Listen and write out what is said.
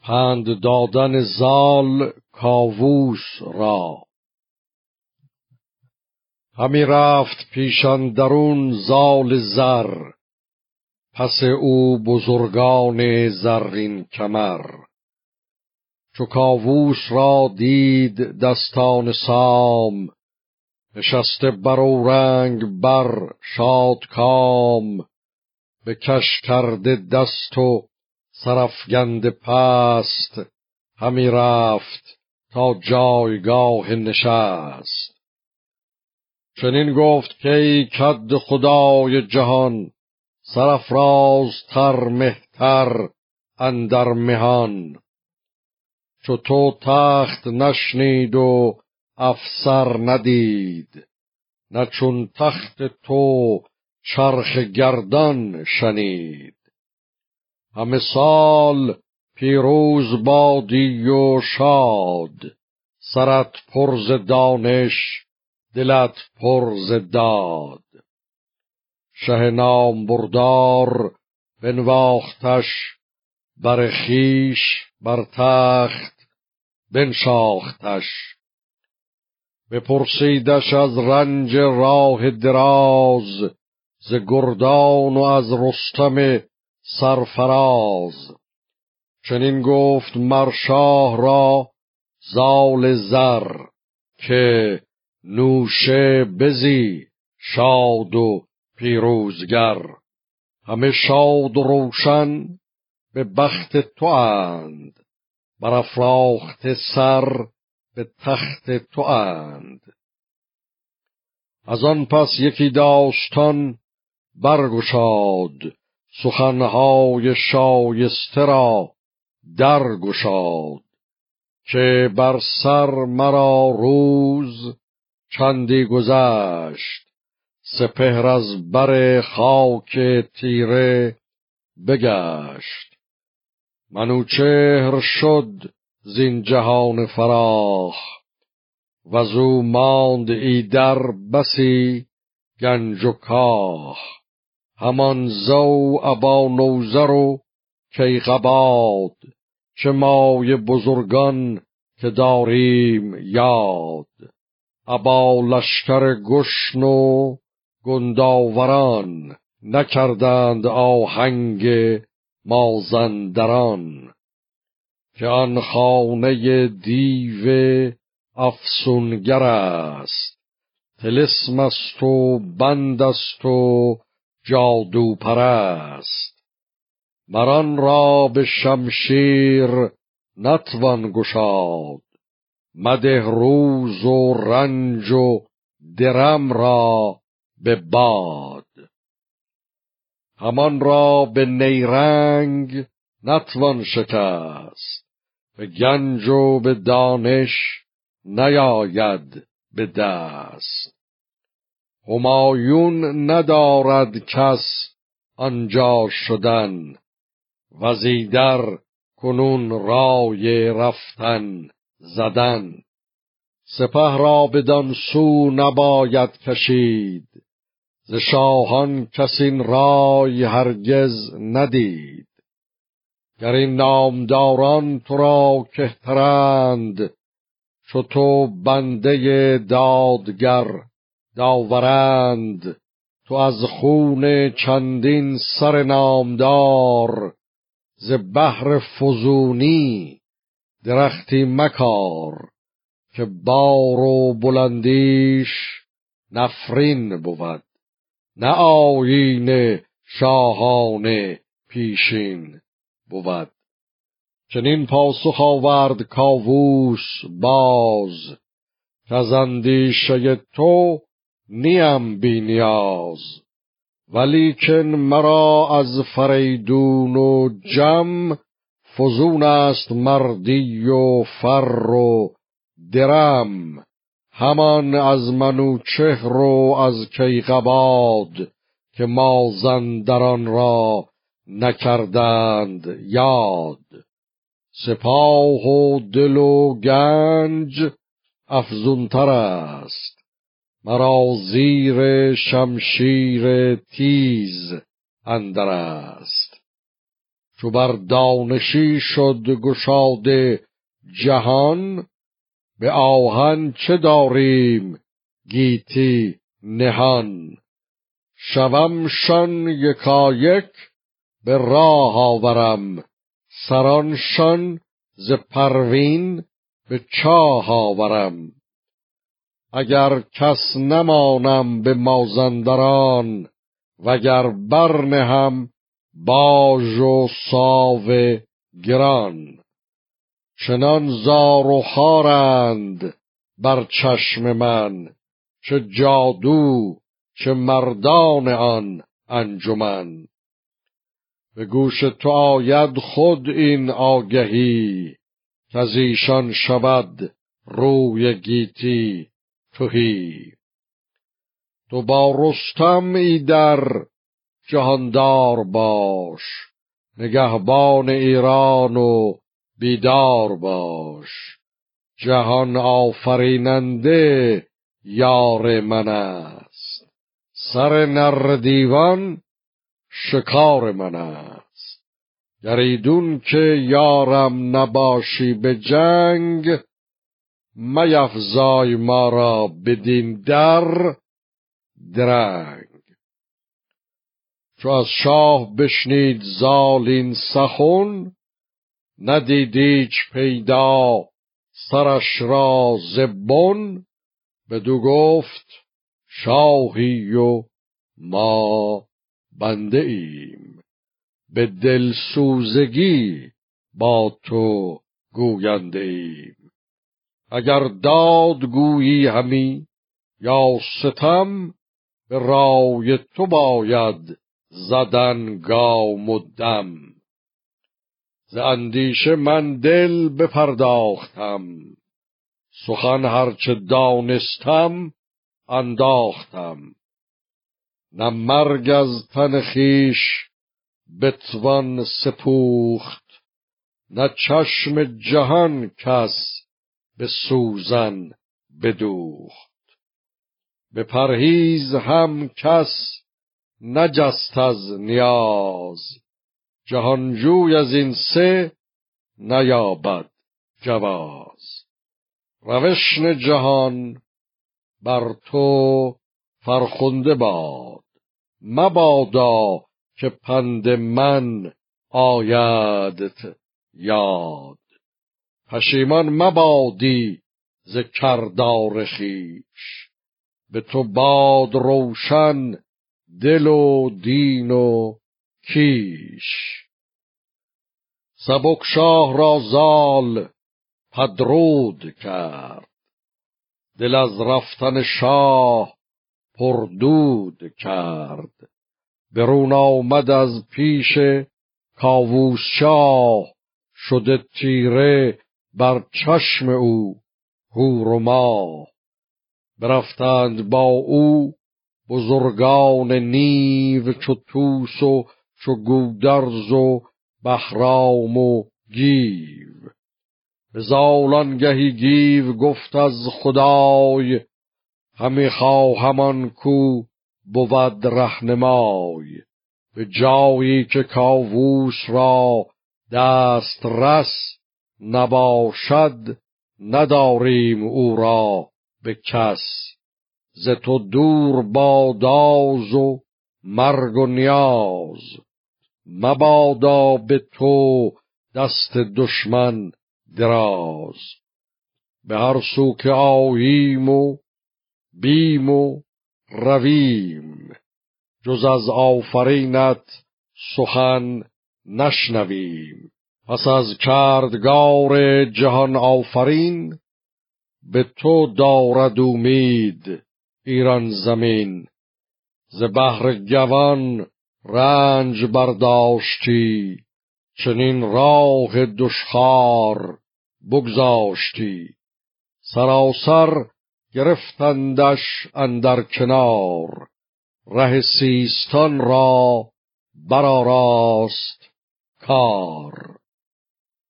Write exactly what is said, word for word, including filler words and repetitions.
پند دادن زال کاووس را. همی رفت پیشان درون زال زر، پس او بزرگان زرین کمر. چو کاووس را دید دستان سام، نشسته بر اورنگ بر شاد کام. به کش کرده دست و سرافگنده پست، همی رفت تا جایگاه نشست. چنین گفت که ای کد خدای جهان، سرافراز تر مهتر اندر مهان. چو تو تخت نشنید و افسر ندید، نه چون تخت تو چرخ گردان شنید. همه سال پیروز بادی و شاد، سرت پر ز دانش دلت پر ز داد. شه نامبردار بنواختش، بر خویش بر تخت بنشاختش. بپرسیدش از رنج راه دراز، ز گردان و از رستم سرفراز. چنین گفت مر شاه را زال زر، که نوشه بزی شاد و پیروزگر. همه شاد و روشن به بخت تو اند، برافراخته سر به تخت تو اند. از آن پس یکی داستان برگشاد، سخنهای شایسته را درگشاد. که بر سر مرا روز چندی گذشت، سپهر از بر خاک تیره بگشت. منوچهر شد زین جهان فراخ، وزو ماند ایدر بسی گنج و کاخ. همان زو ابا نوذر و کیقباد، چه مایه بزرگان که داریم یاد. ابا لشکر گشن و گنداوران، نکردند آهنگ مازندران. که آن خانه دیو افسونگر است، طلسم است و بند است و جادو پرست. مران را به شمشیر نتوان گشاد، مده روز و رنج و درم را به باد. همان را به نیرنگ نتوان شکست، به گنج و به دانش نیاید به دست. همایون ندارد کس آنجا شدن، وزیدر کنون رای رفتن زدن. سپه را بدان سو نباید کشید، ز شاهان کس این رای هرگز ندید. گر این نامداران تو را کهترند، چو تو بنده دادگر داورند. تو از خون چندین سر نامدار، ز بهر فزونی درختی مکار. که بار و بلندیش نفرین بود، نه آیین شاهان پیشین بود. چنین پاسخ آورد کاووس باز، کز اندیشه تو نیم بی نیاز. ولیکن مرا از فریدون و جم، فزون است مردی و فر و درم. همان از منوچهر و از کیقباد، که مازندران را نکردند یاد. سپاه و دل و گنج افزونتر است، مرا زیر شمشیر تیز اندر است. چو بر دانشی شد گشاده جهان، به آهن چه داریم گیتی نهان. شومشان یکایک به راه آورم، سرانشان ز پروین به چاه آورم. اگر کس نمانم به مازندران، وگر برنهم باژ و ساو گران. چنان زار و خوارند بر چشم من، چه جادو چه مردان آن انجمن. به گوش تو آید خود این آگهی، کز ایشان شود روی گیتی تهی. تو با رستم ایدر جهاندار باش، نگهبان ایران و بیدار باش. جهان آفریننده یار من است، سر نر دیوان شکار من است. گر ایدون که یارم نباشی به جنگ، میفزای ما را بدین در درنگ. چو از شاه بشنید زال این سخن، ندید ایچ پیدا سرش را ز بن. بدو گفت شاهی و ما بنده ایم، به دل سوزگی با تو گوینده ایم. اگر داد گویی همی یا ستم، به رای تو باید زدن گام و دم. ز اندیشه من دل بپرداختم، سخن هرچه دانستم انداختم. نه مرگ از تن خویش بتوان سپوخت، نه چشم جهان کس به سوزن بدوخت. به پرهیز هم کس نجست از نیاز، جهانجوی از این سه نیابد جواز. روشن جهان بر تو فرخنده باد، مبادا که پند من آیدت یاد. پشیمان مبادی ز کردار خویش، به تو باد روشن دل و دین و کیش. سبک شاه را زال پدرود کرد، دل از رفتن شاه پردود کرد. برون آمد از پیش کاووس شاه، شده تیره بر چشم او هور و ماه. برفتند با او بزرگان نیو، چو طوس و چو گودرز و بهرام و گیو. به زال آنگهی گیو گفت از خدای، همی خواهم آن کو بود رهنمای. به جایی که کاووس را دست رس نباشد، نداریم او را به کس. ز تو دور باداز و مرگ و نیاز، مبادا به تو دست دشمن دراز. به هر سو که آییم و بیم و رویم، جز از آفرینت سخن نشنویم. پس از کردگار جهان آفرین، به تو دارد امید ایران زمین. ز بهر گوان رنج برداشتی، چنین راه دشخوار بگذاشتی. سراسر گرفتندش اندر کنار، ره سیستان را برآراست کار.